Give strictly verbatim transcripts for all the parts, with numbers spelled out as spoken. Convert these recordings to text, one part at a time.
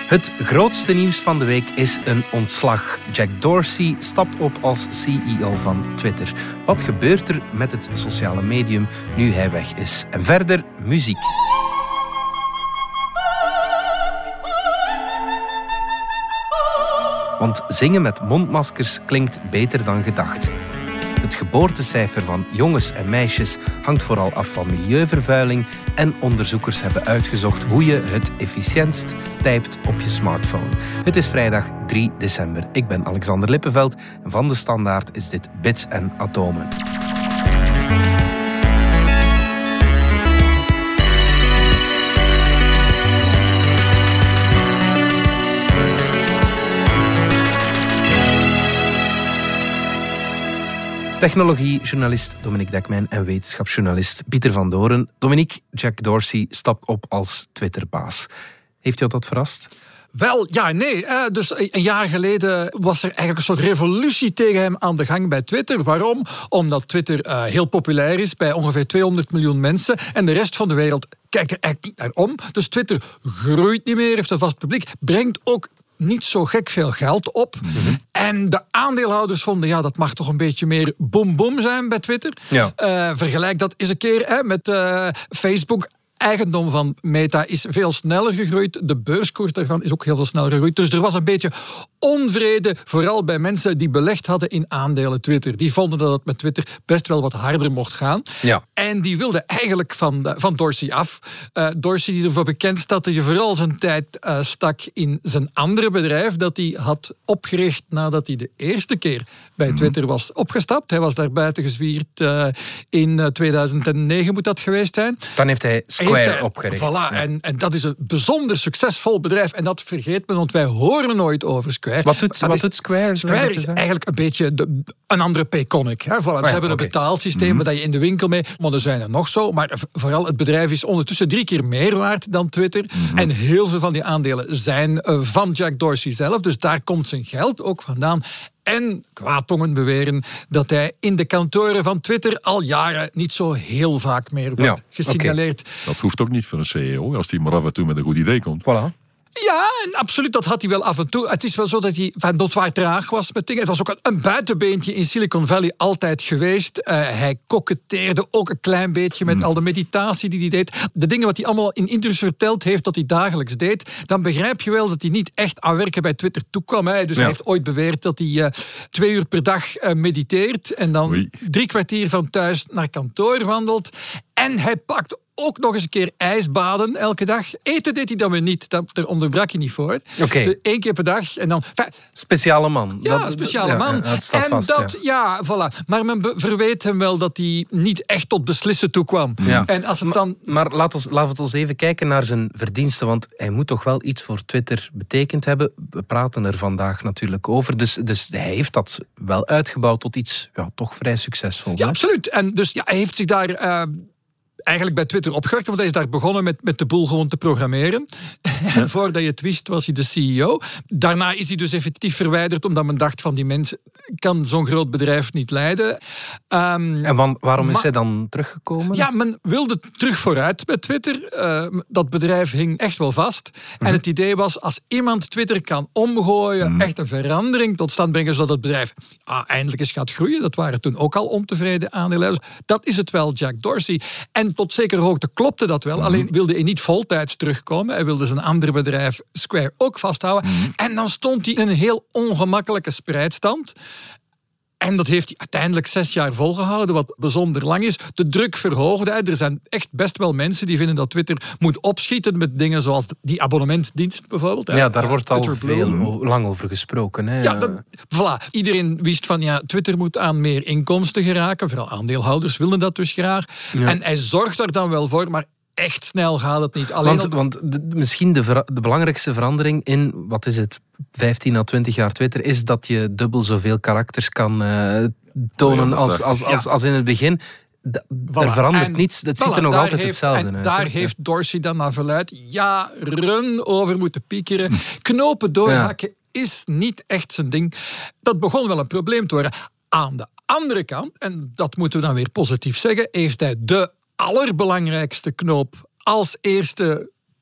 Het grootste nieuws van de week is een ontslag. Jack Dorsey stapt op als C E O van Twitter. Wat gebeurt er met het sociale medium nu hij weg is? En verder muziek. Want zingen met mondmaskers klinkt beter dan gedacht. Het geboortecijfer van jongens en meisjes hangt vooral af van milieuvervuiling en onderzoekers hebben uitgezocht hoe je het efficiëntst typt op je smartphone. Het is vrijdag drie december. Ik ben Alexander Lippenveld en van De Standaard is dit Bits en Atomen. Technologiejournalist Dominique Dekmijn en wetenschapsjournalist Pieter van Doren. Dominique, Jack Dorsey stapt op als Twitterbaas. Heeft jou dat verrast? Wel, ja, nee. Dus een jaar geleden was er eigenlijk een soort revolutie tegen hem aan de gang bij Twitter. Waarom? Omdat Twitter uh, heel populair is bij ongeveer tweehonderd miljoen mensen. En de rest van de wereld kijkt er eigenlijk niet naar om. Dus Twitter groeit niet meer, heeft een vast publiek. Brengt ook niet zo gek veel geld op. Mm-hmm. En de aandeelhouders vonden, ja, dat mag toch een beetje meer boom-boom zijn bij Twitter. Ja. Uh, vergelijk dat eens een keer hè, met uh, Facebook. Eigendom van Meta is veel sneller gegroeid. De beurskoers daarvan is ook heel veel sneller gegroeid. Dus er was een beetje onvrede, vooral bij mensen die belegd hadden in aandelen Twitter. Die vonden dat het met Twitter best wel wat harder mocht gaan. Ja. En die wilden eigenlijk van, van Dorsey af. Uh, Dorsey die ervoor bekend staat dat hij vooral zijn tijd uh, stak in zijn andere bedrijf dat hij had opgericht nadat hij de eerste keer bij mm-hmm. Twitter was opgestapt. Hij was daar buiten gezwierd uh, in uh, tweeduizend negen moet dat geweest zijn. Dan heeft hij Square hij, opgericht. Voilà, ja. en, en dat is een bijzonder succesvol bedrijf. En dat vergeet men, want wij horen nooit over Square. Wat doet, wat is, doet Square? Square is eigenlijk een beetje de, een andere Payconic. Hè. Voilà, oh ja, ze hebben okay. een betaalsysteem mm-hmm. dat je in de winkel mee... Maar er zijn er nog zo. Maar vooral het bedrijf is ondertussen drie keer meer waard dan Twitter. Mm-hmm. En heel veel van die aandelen zijn uh, van Jack Dorsey zelf. Dus daar komt zijn geld ook vandaan. En kwaadtongen beweren dat hij in de kantoren van Twitter al jaren niet zo heel vaak meer wordt ja, gesignaleerd. Okay. Dat hoeft ook niet voor een C E O, als hij maar af en toe met een goed idee komt. Voilà. Ja, en absoluut, dat had hij wel af en toe. Het is wel zo dat hij van notoire traag was met dingen. Het was ook een buitenbeentje in Silicon Valley altijd geweest. Uh, hij koketteerde ook een klein beetje met mm. al de meditatie die hij deed. De dingen wat hij allemaal in interviews verteld heeft dat hij dagelijks deed. Dan begrijp je wel dat hij niet echt aan werken bij Twitter toekwam. Hè. Dus ja. hij heeft ooit beweerd dat hij uh, twee uur per dag uh, mediteert. En dan Oei. drie kwartier van thuis naar kantoor wandelt. En hij pakt ook nog eens een keer ijsbaden elke dag. Eten deed hij dan weer niet. Dat, daar onderbrak hij niet voor. Okay. Dus Eén keer per dag. En dan, speciale man. Ja, dat, speciale ja, man. Dat staat en vast, dat, ja. ja, voilà. Maar men be- verweet hem wel dat hij niet echt tot beslissen toekwam. Ja. En als het dan... Maar, maar laat ons, laten we ons even kijken naar zijn verdiensten. Want hij moet toch wel iets voor Twitter betekend hebben. We praten er vandaag natuurlijk over. Dus, dus hij heeft dat wel uitgebouwd tot iets ja, toch vrij succesvol. Ja, hè? absoluut. En dus ja, hij heeft zich daar... Uh, eigenlijk bij Twitter opgewerkt, want hij is daar begonnen met, met de boel gewoon te programmeren. Ja. Voordat je het wist, was hij de C E O. Daarna is hij dus effectief verwijderd, omdat men dacht van die mensen kan zo'n groot bedrijf niet leiden. Um, en van, waarom is maar, hij dan teruggekomen? Ja, men wilde terug vooruit bij Twitter. Uh, dat bedrijf hing echt wel vast. Mm-hmm. En het idee was, als iemand Twitter kan omgooien, mm-hmm. echt een verandering tot stand brengen, zodat het bedrijf ah, eindelijk eens gaat groeien. Dat waren toen ook al ontevreden aandeelhouders. Dat is het wel, Jack Dorsey. En tot zekere hoogte klopte dat wel. Mm-hmm. Alleen wilde hij niet voltijds terugkomen. Hij wilde zijn andere bedrijf Square ook vasthouden. Mm-hmm. En dan stond hij in een heel ongemakkelijke spreidstand. En dat heeft hij uiteindelijk zes jaar volgehouden, wat bijzonder lang is. De druk verhoogde. Er zijn echt best wel mensen die vinden dat Twitter moet opschieten met dingen zoals die abonnementsdienst bijvoorbeeld. Ja, daar wordt Twitter al veel Blue. lang over gesproken. Hè? Ja, dat, voilà. Iedereen wist van, ja, Twitter moet aan meer inkomsten geraken. Vooral aandeelhouders willen dat dus graag. Ja. En hij zorgt er dan wel voor, maar echt snel gaat het niet. Alleen want op... want de, misschien de, vera- de belangrijkste verandering in, wat is het, vijftien à twintig jaar Twitter, is dat je dubbel zoveel karakters kan uh, tonen oh ja, als, als, als, als in het begin. Da, voilà. Er verandert en, niets, het voilà, ziet er nog altijd heeft, hetzelfde en uit. Daar hè? heeft Dorsey dan naar verluid jaren over moeten piekeren. Knopen doorhakken ja. is niet echt zijn ding. Dat begon wel een probleem te worden. Aan de andere kant, en dat moeten we dan weer positief zeggen, heeft hij de allerbelangrijkste knoop als eerste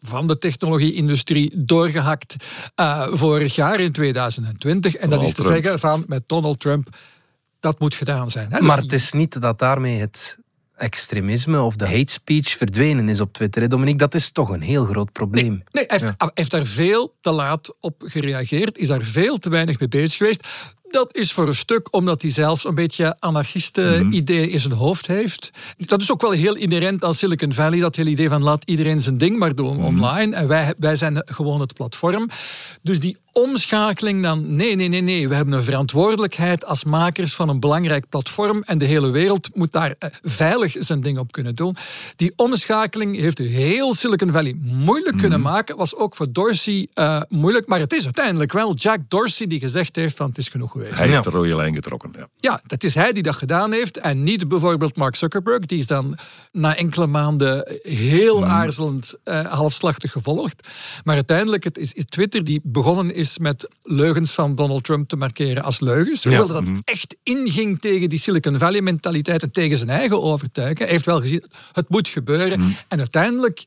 van de technologie-industrie doorgehakt uh, vorig jaar in tweeduizend twintig. En Donald dat is te Trump. zeggen van met Donald Trump, dat moet gedaan zijn. Hè? Maar Dus het is niet dat daarmee het extremisme of de hate speech verdwenen is op Twitter. Hè, Dominique, dat is toch een heel groot probleem. Nee, nee hij, heeft, hij heeft daar veel te laat op gereageerd, is daar veel te weinig mee bezig geweest. Dat is voor een stuk omdat hij zelfs een beetje anarchisten-idee mm-hmm. in zijn hoofd heeft. Dat is ook wel heel inherent aan Silicon Valley, dat hele idee van laat iedereen zijn ding maar doen mm-hmm. online. En wij, wij zijn gewoon het platform. Dus die omschakeling dan, nee, nee, nee, nee. We hebben een verantwoordelijkheid als makers van een belangrijk platform en de hele wereld moet daar uh, veilig zijn ding op kunnen doen. Die omschakeling heeft heel Silicon Valley moeilijk mm-hmm. kunnen maken. Was ook voor Dorsey uh, moeilijk, maar het is uiteindelijk wel Jack Dorsey die gezegd heeft van het is genoeg geweest. Hij heeft ja. de rode lijn getrokken. Ja. ja, dat is hij die dat gedaan heeft en niet bijvoorbeeld Mark Zuckerberg. Die is dan na enkele maanden heel mm. aarzelend uh, halfslachtig gevolgd. Maar uiteindelijk het is, is Twitter die begonnen is met leugens van Donald Trump te markeren als leugens. Ja. Hoewel dat mm. echt inging tegen die Silicon Valley mentaliteit en tegen zijn eigen overtuiging. Hij heeft wel gezien, het moet gebeuren. Mm. En uiteindelijk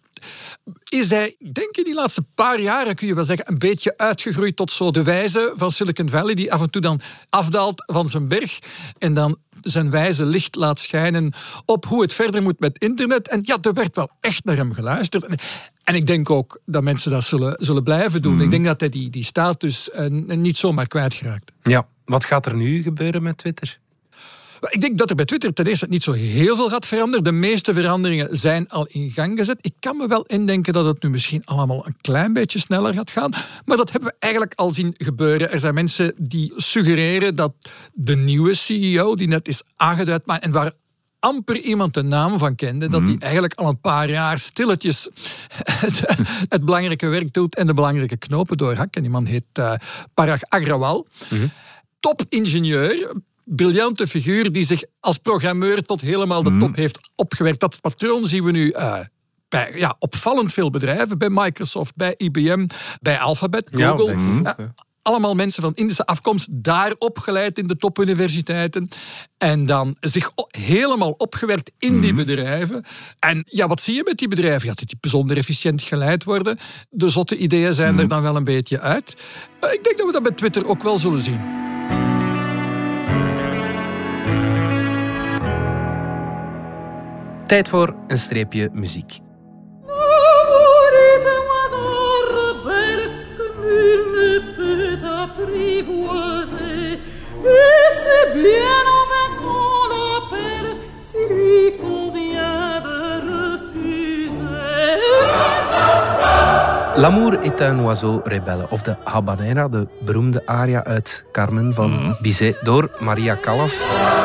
is hij, denk ik, die laatste paar jaren, kun je wel zeggen, een beetje uitgegroeid tot zo de wijze van Silicon Valley, die af en toe dan afdaalt van zijn berg en dan zijn wijze licht laat schijnen op hoe het verder moet met internet. En ja, er werd wel echt naar hem geluisterd. En, en ik denk ook dat mensen dat zullen, zullen blijven doen. Mm. Ik denk dat hij die, die status uh, niet zomaar kwijtgeraakt. Ja, wat gaat er nu gebeuren met Twitter? Ik denk dat er bij Twitter ten eerste niet zo heel veel gaat veranderen. De meeste veranderingen zijn al in gang gezet. Ik kan me wel indenken dat het nu misschien allemaal een klein beetje sneller gaat gaan. Maar dat hebben we eigenlijk al zien gebeuren. Er zijn mensen die suggereren dat de nieuwe C E O, die net is aangeduid, maar en waar amper iemand de naam van kende, dat die eigenlijk al een paar jaar stilletjes het, het belangrijke werk doet en de belangrijke knopen doorhakt. En die man heet uh, Parag Agrawal. Mm-hmm. Top-ingenieur, briljante figuur die zich als programmeur tot helemaal de top mm. heeft opgewerkt. Dat patroon zien we nu uh, bij ja, opvallend veel bedrijven. Bij Microsoft, bij I B M, bij Alphabet, Google. Ja, uh, allemaal mensen van Indische afkomst, daar opgeleid in de topuniversiteiten. En dan zich o- helemaal opgewerkt in mm. die bedrijven. En ja, wat zie je met die bedrijven? Ja, dat die bijzonder efficiënt geleid worden. De zotte ideeën zijn mm. er dan wel een beetje uit. Uh, ik denk dat we dat bij Twitter ook wel zullen zien. Tijd voor een streepje muziek. L'amour est un oiseau rebelle, of de habanera, de beroemde aria uit Carmen van mm. Bizet, door Maria Callas.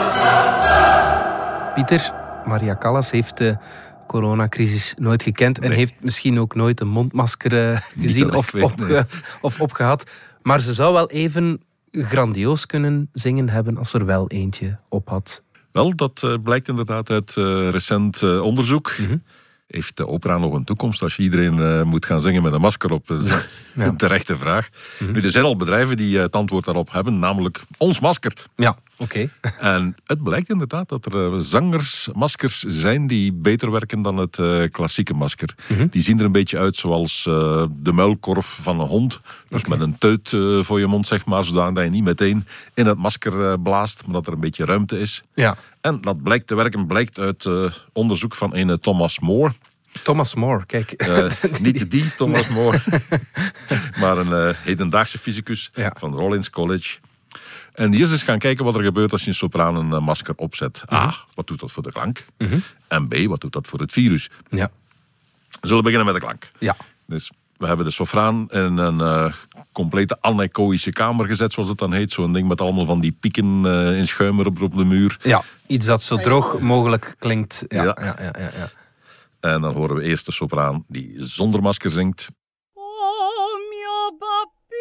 Pieter, Maria Callas heeft de coronacrisis nooit gekend en nee. heeft misschien ook nooit een mondmasker uh, gezien of, weet, op, nee. uh, of opgehad. Maar ze zou wel even grandioos kunnen zingen hebben als er wel eentje op had. Wel, dat uh, blijkt inderdaad uit uh, recent uh, onderzoek. Mm-hmm. Heeft de opera nog een toekomst als je iedereen uh, moet gaan zingen met een masker op? Dat is ja. een terechte vraag. Mm-hmm. Nu, er zijn al bedrijven die uh, het antwoord daarop hebben, namelijk ons masker. Ja, oké. Okay. En het blijkt inderdaad dat er uh, zangersmaskers zijn die beter werken dan het uh, klassieke masker. Mm-hmm. Die zien er een beetje uit zoals uh, de muilkorf van een hond. Dus okay. met een teut uh, voor je mond, zeg maar, zodat je niet meteen in het masker uh, blaast, maar dat er een beetje ruimte is. Ja. En dat blijkt te werken, blijkt uit uh, onderzoek van een Thomas More. Thomas More, kijk. Uh, niet die Thomas More, maar een uh, hedendaagse fysicus ja. van Rollins College. En die is eens gaan kijken wat er gebeurt als je een sopraan een uh, masker opzet. A, wat doet dat voor de klank? Mm-hmm. En B, wat doet dat voor het virus? Ja. We zullen beginnen met de klank. Ja. Dus we hebben de sopraan in een uh, complete anechoïsche kamer gezet, zoals het dan heet. Zo'n ding met allemaal van die pieken uh, in schuim erop op de muur. Ja, iets dat zo droog mogelijk klinkt. Ja, ja. Ja, ja, ja, ja. En dan horen we eerst de sopraan die zonder masker zingt. Oh mio babbino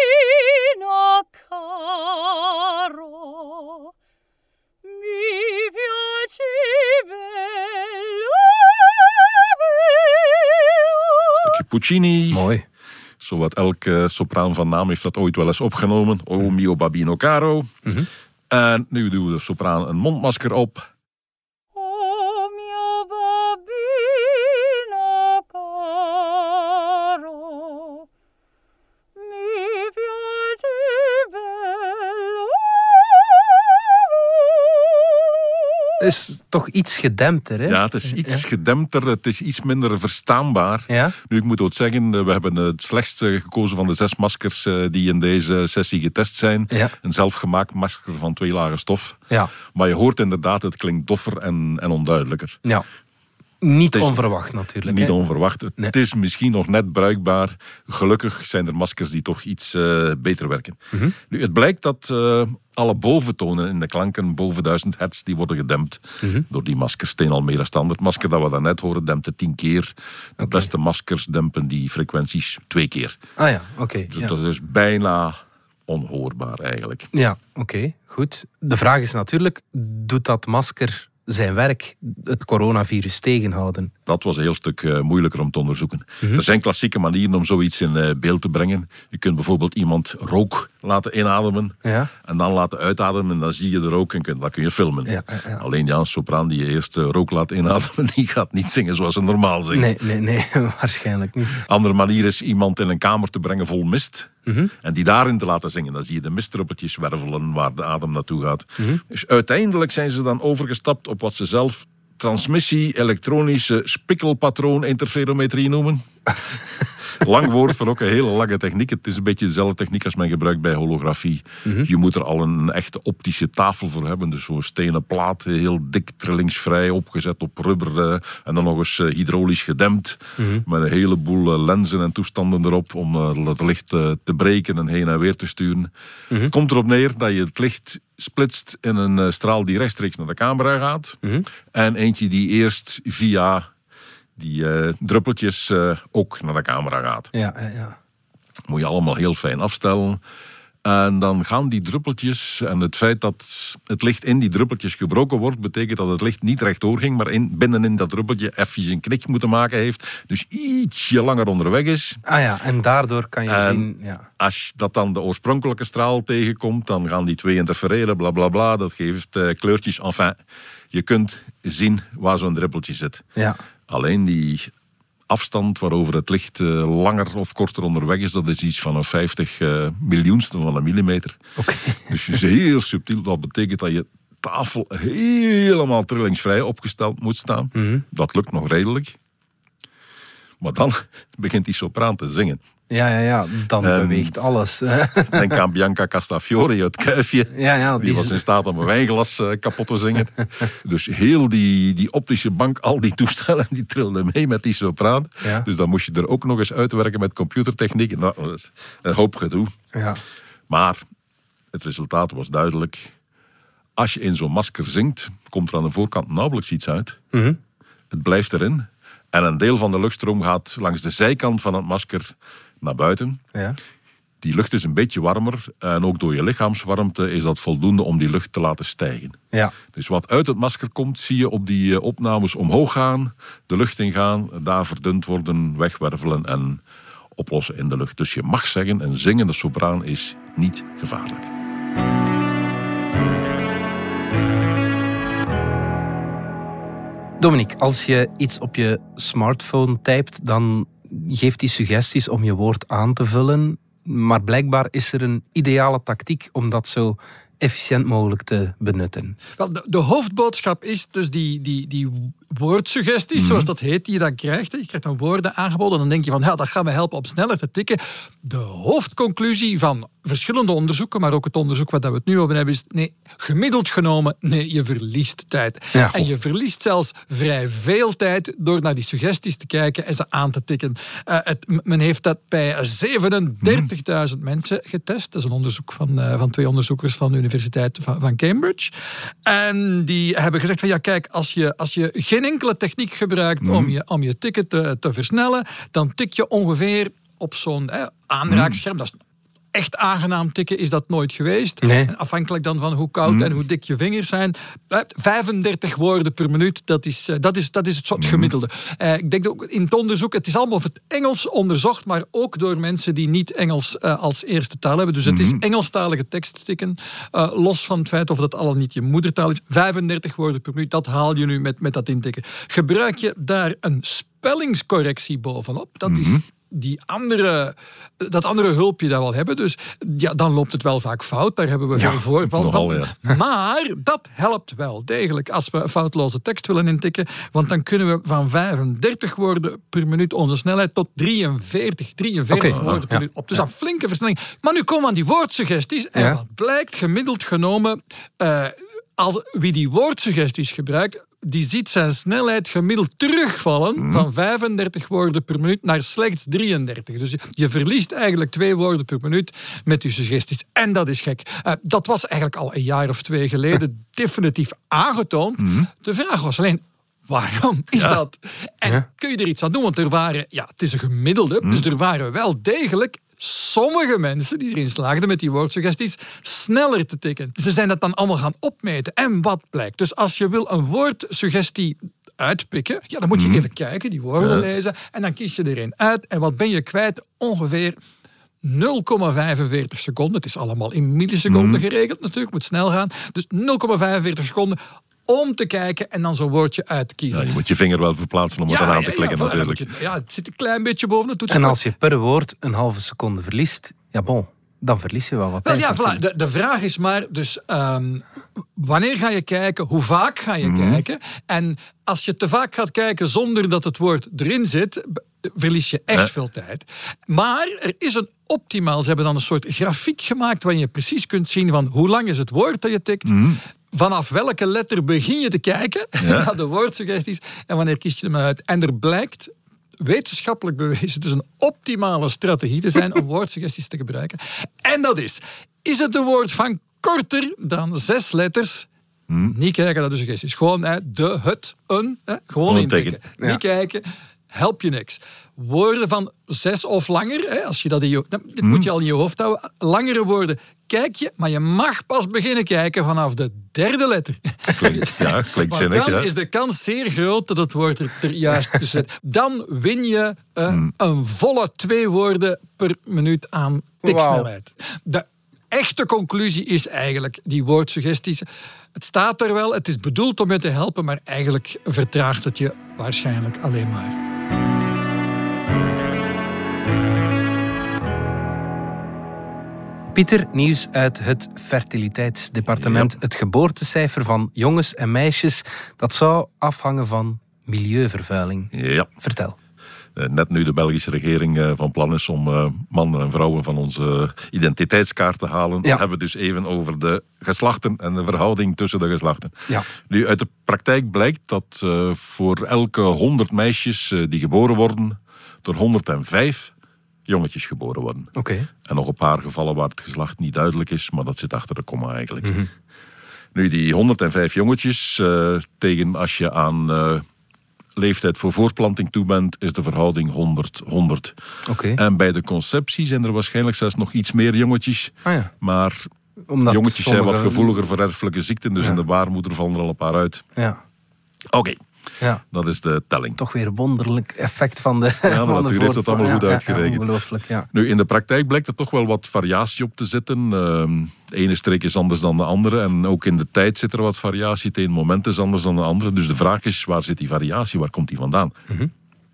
caro, mi piaci bello. Stukje Puccini. Mooi. Zowat elke sopraan van naam heeft dat ooit wel eens opgenomen. Oh mio babbino caro. Mm-hmm. En nu doen we de sopraan een mondmasker op. Oh mio babbino caro. is toch iets gedempter, hè? Ja, het is iets Ja. gedempter, het is iets minder verstaanbaar. Ja? Nu, ik moet ook zeggen, we hebben het slechtste gekozen van de zes maskers uh, die in deze sessie getest zijn. Ja. Een zelfgemaakt masker van twee lagen stof. Ja. Maar je hoort inderdaad, het klinkt doffer en, en onduidelijker. Ja. Niet Het is onverwacht natuurlijk. Niet hè? onverwacht. Nee. Het is misschien nog net bruikbaar. Gelukkig zijn er maskers die toch iets uh, beter werken. Mhm. Nu, het blijkt dat uh, alle boventonen in de klanken, boven duizend hertz, die worden gedempt Mhm. door die maskers. Het een Almere standaard masker dat we daarnet horen, dempt het tien keer. De Oké. beste maskers dempen die frequenties twee keer. Ah ja, oké. Dus ja. dat is bijna onhoorbaar eigenlijk. Ja, oké, goed. De vraag is natuurlijk, doet dat masker zijn werk, het coronavirus, tegenhouden? Dat was een heel stuk uh, moeilijker om te onderzoeken. Mhm. Er zijn klassieke manieren om zoiets in uh, beeld te brengen. Je kunt bijvoorbeeld iemand rook laten inademen Ja? en dan laten uitademen en dan zie je de rook en kun, dat kun je filmen. Ja, ja, ja. Alleen ja, een sopraan die je eerst uh, rook laat inademen, die gaat niet zingen zoals ze normaal zingen. Nee, nee, nee, waarschijnlijk niet. Andere manier is iemand in een kamer te brengen vol mist Mhm. en die daarin te laten zingen. Dan zie je de mistdruppeltjes wervelen waar de adem naartoe gaat. Mhm. Dus uiteindelijk zijn ze dan overgestapt op wat ze zelf transmissie, elektronische spikkelpatroon interferometrie noemen. Lang woord voor ook een hele lange techniek. Het is een beetje dezelfde techniek als men gebruikt bij holografie. Mhm. Je moet er al een echte optische tafel voor hebben. Dus zo'n stenen plaat, heel dik trillingsvrij opgezet op rubber. eh, en dan nog eens eh, hydraulisch gedempt. Mhm. Met een heleboel eh, lenzen en toestanden erop om eh, het licht eh, te breken en heen en weer te sturen. Mhm. Het komt erop neer dat je het licht splitst in een eh, straal die rechtstreeks naar de camera gaat. Mhm. En eentje die eerst via die eh, druppeltjes uh, ook naar de camera gaat. Ja, ja, ja. Moet je allemaal heel fijn afstellen. En dan gaan die druppeltjes, en het feit dat het licht in die druppeltjes gebroken wordt, betekent dat het licht niet rechtdoor ging, maar in, binnenin dat druppeltje even een knik moeten maken heeft. Dus ietsje langer onderweg is. Ah ja, en daardoor kan je En zien... Ja. Als dat dan de oorspronkelijke straal tegenkomt, dan gaan die twee interfereren, bla bla bla. Dat geeft uh, kleurtjes. Enfin, je kunt zien waar zo'n druppeltje zit. Ja. Alleen die afstand waarover het licht uh, langer of korter onderweg is, dat is iets van een vijftig uh, miljoenste van een millimeter. Oké. Dus het is heel subtiel. Dat betekent dat je tafel helemaal trillingsvrij opgesteld moet staan. Mhm. Dat lukt nog redelijk. Maar dan begint die sopraan te zingen. Ja, ja, ja. Dan En- beweegt alles. Denk aan Bianca Castafiore, het kuifje. Ja, ja. Die was in staat om een wijnglas uh, kapot te zingen. Dus heel die, die optische bank, al die toestellen, die trilden mee met die sopraan. Ja. Dus dan moest je er ook nog eens uitwerken met computertechniek. Nou, dat is een hoop gedoe. Ja. Maar het resultaat was duidelijk. Als je in zo'n masker zingt, komt er aan de voorkant nauwelijks iets uit. Mhm. Het blijft erin. En een deel van de luchtstroom gaat langs de zijkant van het masker naar buiten. Ja. Die lucht is een beetje warmer. En ook door je lichaamswarmte is dat voldoende om die lucht te laten stijgen. Ja. Dus wat uit het masker komt, zie je op die eh, opnames omhoog gaan, de lucht ingaan, daar verdund worden, wegwervelen en oplossen in de lucht. Dus je mag zeggen, een zingende sopraan is niet gevaarlijk. Dominique, als je iets op je smartphone typt, dan geeft die suggesties om je woord aan te vullen. Maar blijkbaar is er een ideale tactiek om dat zo efficiënt mogelijk te benutten. Wel, de, de hoofdboodschap is dus die, die, die woordsuggesties, Mhm. zoals dat heet, die je dan krijgt. Je krijgt dan woorden aangeboden en dan denk je van, ja, dat gaat me helpen om sneller te tikken. De hoofdconclusie van verschillende onderzoeken, maar ook het onderzoek wat we het nu over hebben, is nee, gemiddeld genomen, nee, je verliest tijd. Ja. En je verliest zelfs vrij veel tijd door naar die suggesties te kijken en ze aan te tikken. Uh, het, men heeft dat bij zevenendertigduizend mensen getest. Dat is een onderzoek van, uh, van twee onderzoekers van de Universiteit van, van Cambridge. En die hebben gezegd van, ja, kijk, als je, als je geen enkele techniek gebruikt Mhm. om, je, om je tikken te, te versnellen, dan tik je ongeveer op zo'n hè, aanraakscherm. Dat is echt aangenaam tikken is dat nooit geweest. Nee. En afhankelijk dan van hoe koud en hoe dik je vingers zijn. eh, vijfendertig woorden per minuut, dat is, eh, dat is, dat is het soort gemiddelde. Eh, ik denk ook in het onderzoek, het is allemaal over het Engels onderzocht, maar ook door mensen die niet Engels eh, als eerste taal hebben. Dus het is Engelstalige tekst tikken, eh, los van het feit of dat al niet je moedertaal is. vijfendertig woorden per minuut, dat haal je nu met, met dat intikken. Gebruik je daar een spellingscorrectie bovenop, dat is die andere, dat andere hulpje dat we al hebben. Dus ja, dan loopt het wel vaak fout. Daar hebben we Ja, veel voorval nogal, van. ja. Maar dat helpt wel degelijk als we een foutloze tekst willen intikken. Want dan kunnen we van vijfendertig woorden per minuut onze snelheid tot drieënveertig, drieënveertig Oké, woorden per ja. minuut op. Dus dat is een flinke versnelling. Maar nu komen we aan die woordsuggesties. En Ja. wat blijkt gemiddeld genomen... Uh, als wie die woordsuggesties gebruikt, die ziet zijn snelheid gemiddeld terugvallen Mm. van vijfendertig woorden per minuut naar slechts drieëndertig. Dus je, je verliest eigenlijk twee woorden per minuut met die suggesties. En dat is gek. Uh, dat was eigenlijk al een jaar of twee geleden definitief aangetoond. Mm. De vraag was alleen... Waarom is Ja. dat? En Ja. kun je er iets aan doen? Want er waren, ja, het is een gemiddelde, Mm. dus er waren wel degelijk sommige mensen die erin slaagden met die woordsuggesties sneller te tikken. Ze zijn dat dan allemaal gaan opmeten. En wat blijkt? Dus als je wil een woordsuggestie uitpikken, ja, dan moet je even kijken, die woorden Ja. lezen, en dan kies je er een uit. En wat ben je kwijt? Ongeveer nul komma vijfenveertig seconden. Het is allemaal in milliseconden geregeld natuurlijk, moet snel gaan. Dus nul komma vijfenveertig seconden om te kijken en dan zo'n woordje uit te kiezen. Ja, je moet je vinger wel verplaatsen om het eraan te ja, klikken ja, voilà, natuurlijk. dan moet je- ja, het zit een klein beetje boven het En toetsenbord. als je per woord een halve seconde verliest, ja bon, dan verlies je wel wat Wel, tijd. ja, voilà. natuurlijk. de, de vraag is maar, dus um, wanneer ga je kijken, hoe vaak ga je kijken? En als je te vaak gaat kijken zonder dat het woord erin zit, b- verlies je echt Ja. veel tijd. Maar er is een optimaal, ze hebben dan een soort grafiek gemaakt waarin je precies kunt zien van hoe lang is het woord dat je tikt, vanaf welke letter begin je te kijken naar de woordsuggesties en wanneer kies je hem uit. En er blijkt wetenschappelijk bewezen dus een optimale strategie te zijn om woordsuggesties te gebruiken. En dat is, is het een woord van korter dan zes letters? Niet kijken naar de suggesties. Gewoon hè, de, het, een. Hè, gewoon Gewoon intikken. tikken. Ja. Niet kijken. Help je niks. Woorden van zes of langer, hè, als je dat in je, nou, dit moet je al in je hoofd houden. Langere woorden kijk je, maar je mag pas beginnen kijken vanaf de derde letter. Klinkt, ja, klinkt Maar zinnig. dan Ja. is de kans zeer groot dat het woord er, er juist tussen zit. Dan win je uh, een volle twee woorden per minuut aan tiksnelheid. De echte conclusie is eigenlijk die woordsuggesties. Het staat er wel, het is bedoeld om je te helpen, maar eigenlijk vertraagt het je waarschijnlijk alleen maar. Pieter, nieuws uit het fertiliteitsdepartement. Ja. Het geboortecijfer van jongens en meisjes, dat zou afhangen van milieuvervuiling. Ja. Vertel. Eh, Net nu de Belgische regering eh, van plan is om eh, mannen en vrouwen van onze identiteitskaart te halen, Ja. hebben we het dus even over de geslachten en de verhouding tussen de geslachten. Ja. Nu, uit de praktijk blijkt dat uh, voor elke honderd meisjes uh, die geboren worden, er honderdvijf jongetjes geboren worden. Oké. Okay. En nog een paar gevallen waar het geslacht niet duidelijk is, maar dat zit achter de komma eigenlijk. Mm-hmm. Nu, die honderdvijf jongetjes, uh, tegen als je aan uh, leeftijd voor voortplanting toe bent, is de verhouding honderd honderd. Oké. Okay. En bij de conceptie zijn er waarschijnlijk zelfs nog iets meer jongetjes, Ah, ja. maar Omdat jongetjes sommige... zijn wat gevoeliger voor erfelijke ziekten, dus Ja. in de baarmoeder vallen er al een paar uit. Ja. Oké. Okay. Ja. Dat is de telling. Toch weer een wonderlijk effect van de Ja, van maar de natuurlijk heeft dat allemaal voort- goed ja, uitgerekend. Ja, ongelooflijk, ja. Nu, in de praktijk blijkt er toch wel wat variatie op te zitten. Uh, de ene streek is anders dan de andere. En ook in de tijd zit er wat variatie. Het ene moment is anders dan de andere. Dus de vraag is, waar zit die variatie? Waar komt die vandaan? Mm-hmm.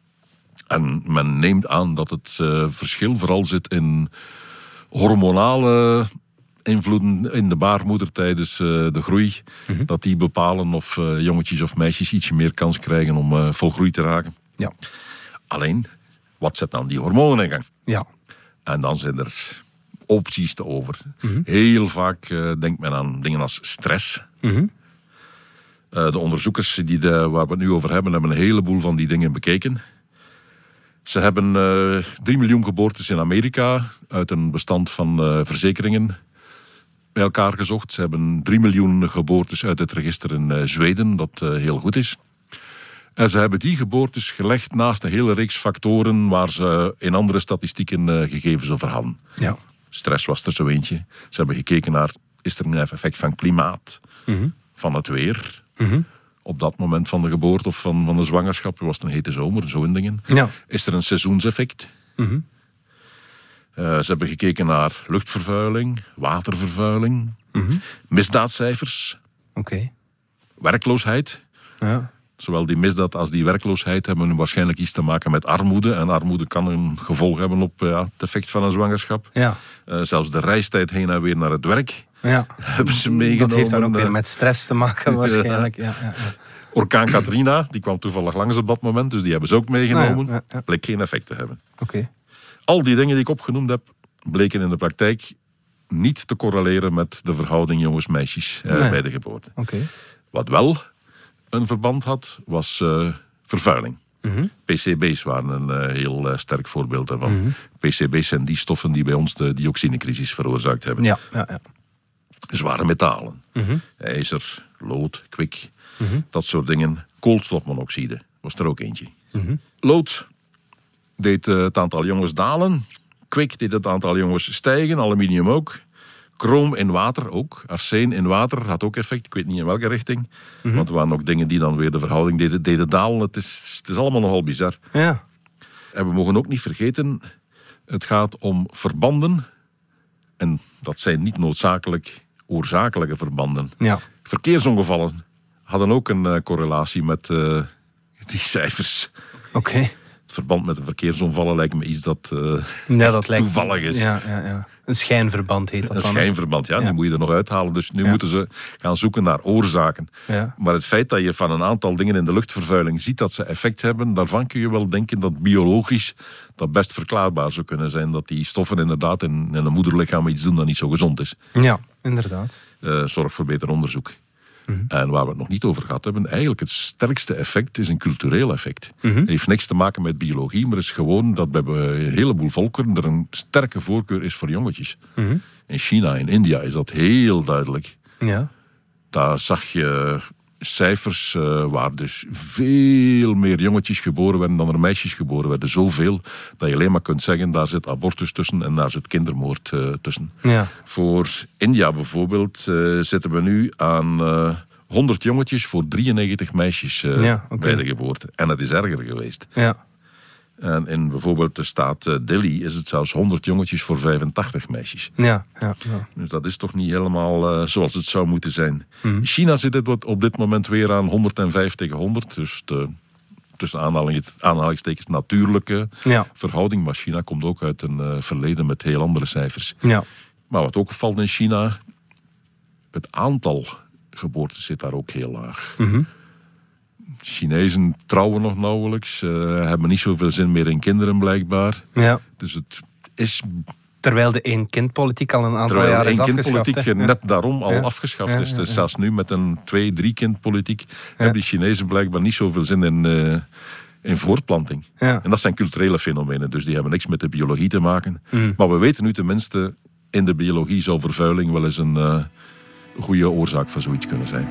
En men neemt aan dat het uh, verschil vooral zit in hormonale invloeden in de baarmoeder tijdens uh, de groei. Mm-hmm. Dat die bepalen of uh, jongetjes of meisjes ietsje meer kans krijgen om uh, volgroeid te raken. Ja. Alleen, wat zet dan die hormonen in gang? Ja. En dan zijn er opties te over. Mm-hmm. Heel vaak uh, denkt men aan dingen als stress. Mm-hmm. Uh, de onderzoekers die de, waar we het nu over hebben, hebben een heleboel van die dingen bekeken. Ze hebben uh, drie miljoen geboortes in Amerika uit een bestand van uh, verzekeringen bij elkaar gezocht. Ze hebben drie miljoen geboortes uit het register in uh, Zweden, dat uh, heel goed is. En ze hebben die geboortes gelegd naast een hele reeks factoren waar ze in andere statistieken uh, gegevens over hadden. Ja. Stress was er zo eentje. Ze hebben gekeken naar, is er een effect van klimaat, mm-hmm. van het weer, mm-hmm. op dat moment van de geboorte of van, van de zwangerschap. Was het een hete zomer, zo'n dingen. Ja. Is er een seizoenseffect? Mm-hmm. Uh, ze hebben gekeken naar luchtvervuiling, watervervuiling, mm-hmm. misdaadcijfers, okay. werkloosheid. Ja. Zowel die misdaad als die werkloosheid hebben waarschijnlijk iets te maken met armoede. En armoede kan een gevolg hebben op ja, het effect van een zwangerschap. Ja. Uh, zelfs de reistijd heen en weer naar het werk Ja. hebben ze meegenomen. Dat heeft dan ook weer Uh, met stress te maken waarschijnlijk. Ja, ja, ja. Orkaan Katrina, die kwam toevallig langs op dat moment, dus die hebben ze ook meegenomen. Ah, ja, ja, ja. Bleek geen effect te hebben. Oké. Okay. Al die dingen die ik opgenoemd heb, bleken in de praktijk niet te correleren met de verhouding jongens-meisjes uh, Nee. bij de geboorte. Okay. Wat wel een verband had, was uh, vervuiling. Mm-hmm. P C B's waren een uh, heel uh, sterk voorbeeld daarvan. Mm-hmm. P C B's zijn die stoffen die bij ons de dioxinecrisis veroorzaakt hebben. Ja, ja, ja. Zware metalen. Mm-hmm. IJzer, lood, kwik, Mm-hmm. dat soort dingen. Koolstofmonoxide was er ook eentje. Mm-hmm. Lood deed uh, het aantal jongens dalen. Kwik deed het aantal jongens stijgen. Aluminium ook. Chroom in water ook. Arsen in water had ook effect. Ik weet niet in welke richting. Mm-hmm. Want er waren ook dingen die dan weer de verhouding deden, deden dalen. Het is, het is allemaal nogal bizar. Ja. En we mogen ook niet vergeten, het gaat om verbanden. En dat zijn niet noodzakelijk oorzakelijke verbanden. Ja. Verkeersongevallen hadden ook een uh, correlatie met uh, die cijfers. Oké. Okay. Het verband met de verkeersongevallen lijkt me iets dat, uh, ja, dat lijkt, toevallig is. Ja, ja, ja. Een schijnverband heet dat een dan. Een schijnverband, ja, ja. Die moet je er nog uithalen. Dus nu ja. moeten ze gaan zoeken naar oorzaken. Ja. Maar het feit dat je van een aantal dingen in de luchtvervuiling ziet dat ze effect hebben, daarvan kun je wel denken dat biologisch dat best verklaarbaar zou kunnen zijn. Dat die stoffen inderdaad in, in een moederlichaam iets doen dat niet zo gezond is. Ja, inderdaad. Uh, zorg voor beter onderzoek. Mm-hmm. En waar we het nog niet over gehad hebben, eigenlijk het sterkste effect is een cultureel effect. Mm-hmm. Het heeft niks te maken met biologie, maar het is gewoon dat bij een heleboel volkeren er een sterke voorkeur is voor jongetjes. Mm-hmm. In China, in India is dat heel duidelijk. Ja. Daar zag je cijfers uh, waar dus veel meer jongetjes geboren werden dan er meisjes geboren werden. Zoveel dat je alleen maar kunt zeggen, daar zit abortus tussen en daar zit kindermoord uh, tussen. Ja. Voor India bijvoorbeeld uh, zitten we nu aan uh, honderd jongetjes voor drieënnegentig meisjes uh, ja, okay. bij de geboorte. En het is erger geweest. Ja. En in bijvoorbeeld de staat uh, Delhi is het zelfs honderd jongetjes voor vijfentachtig meisjes. Ja, ja, ja. Dus dat is toch niet helemaal uh, zoals het zou moeten zijn. Mm. China zit het op dit moment weer aan honderdvijf tegen honderd. Dus de, tussen aanhalingstekens natuurlijke ja. verhouding. Maar China komt ook uit een uh, verleden met heel andere cijfers. Ja. Maar wat ook opvalt in China, het aantal geboortes zit daar ook heel laag. Mm-hmm. Chinezen trouwen nog nauwelijks, uh, hebben niet zoveel zin meer in kinderen blijkbaar. Ja. Dus het is... Terwijl de één-kindpolitiek al een aantal Terwijl jaar is de afgeschaft. één-kindpolitiek Ja. net daarom al ja. afgeschaft ja, is. ja, ja. Dus zelfs nu met een twee-drie-kindpolitiek ja. hebben die Chinezen blijkbaar niet zoveel zin in, uh, in voortplanting. Ja. En dat zijn culturele fenomenen, dus die hebben niks met de biologie te maken. Mm. Maar we weten nu tenminste, in de biologie zou vervuiling wel eens een uh, goede oorzaak voor zoiets kunnen zijn.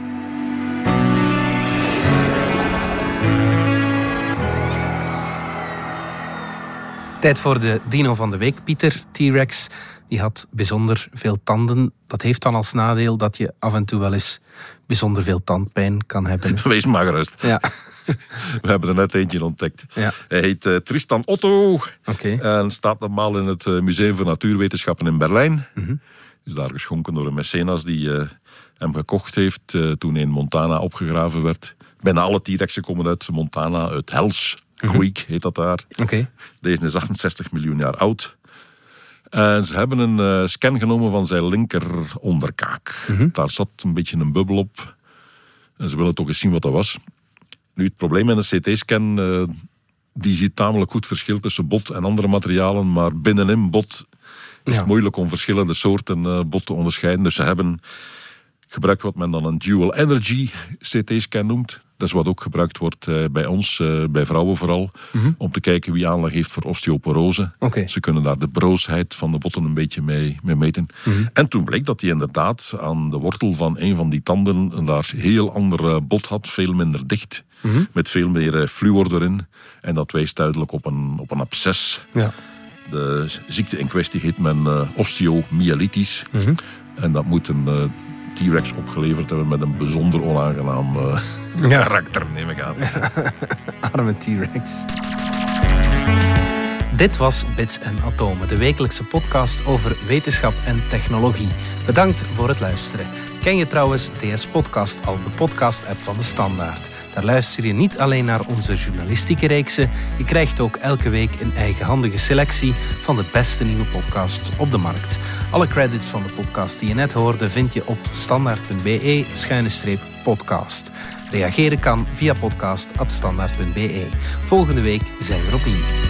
Tijd voor de dino van de week, Pieter. T-Rex, die had bijzonder veel tanden. Dat heeft dan als nadeel dat je af en toe wel eens bijzonder veel tandpijn kan hebben. Wees maar gerust. Ja. We hebben er net eentje ontdekt. Ja. Hij heet uh, Tristan Otto. Okay. En staat normaal in het Museum voor Natuurwetenschappen in Berlijn. Mm-hmm. Is daar geschonken door een mecenas die uh, hem gekocht heeft uh, toen in Montana opgegraven werd. Bijna alle T-Rexen komen uit Montana, uit Hells Creek heet dat daar. Okay. Deze is achtenzestig miljoen jaar oud. En ze hebben een uh, scan genomen van zijn linker onderkaak. Mm-hmm. Daar zat een beetje een bubbel op. En ze willen toch eens zien wat dat was. Nu, het probleem met een C T-scan, uh, die ziet tamelijk goed verschil tussen bot en andere materialen, maar binnenin bot is ja. het moeilijk om verschillende soorten uh, bot te onderscheiden. Dus ze hebben gebruikt wat men dan een dual energy C T-scan noemt. Dat is wat ook gebruikt wordt uh, bij ons, uh, bij vrouwen vooral, mm-hmm. om te kijken wie aanleg heeft voor osteoporose. Okay. Ze kunnen daar de broosheid van de botten een beetje mee, mee meten. Mm-hmm. En toen bleek dat hij inderdaad aan de wortel van een van die tanden een daar heel ander bot had, veel minder dicht, mm-hmm. met veel meer uh, fluor erin. En dat wijst duidelijk op een, op een absces. Ja. De ziekte in kwestie heet men uh, osteomyelitis. Mm-hmm. En dat moet een uh, T-Rex opgeleverd hebben met een bijzonder onaangenaam uh, ja. karakter, neem ik aan. Arme T-Rex. Dit was Bits en Atomen, de wekelijkse podcast over wetenschap en technologie. Bedankt voor het luisteren. Ken je trouwens D S Podcast al, de podcast-app van de Standaard? Daar luister je niet alleen naar onze journalistieke reeksen, je krijgt ook elke week een eigenhandige selectie van de beste nieuwe podcasts op de markt. Alle credits van de podcast die je net hoorde vind je op standaard.be schuine streep podcast. Reageren kan via podcast apenstaartje standaard punt be. Volgende week zijn we er opnieuw.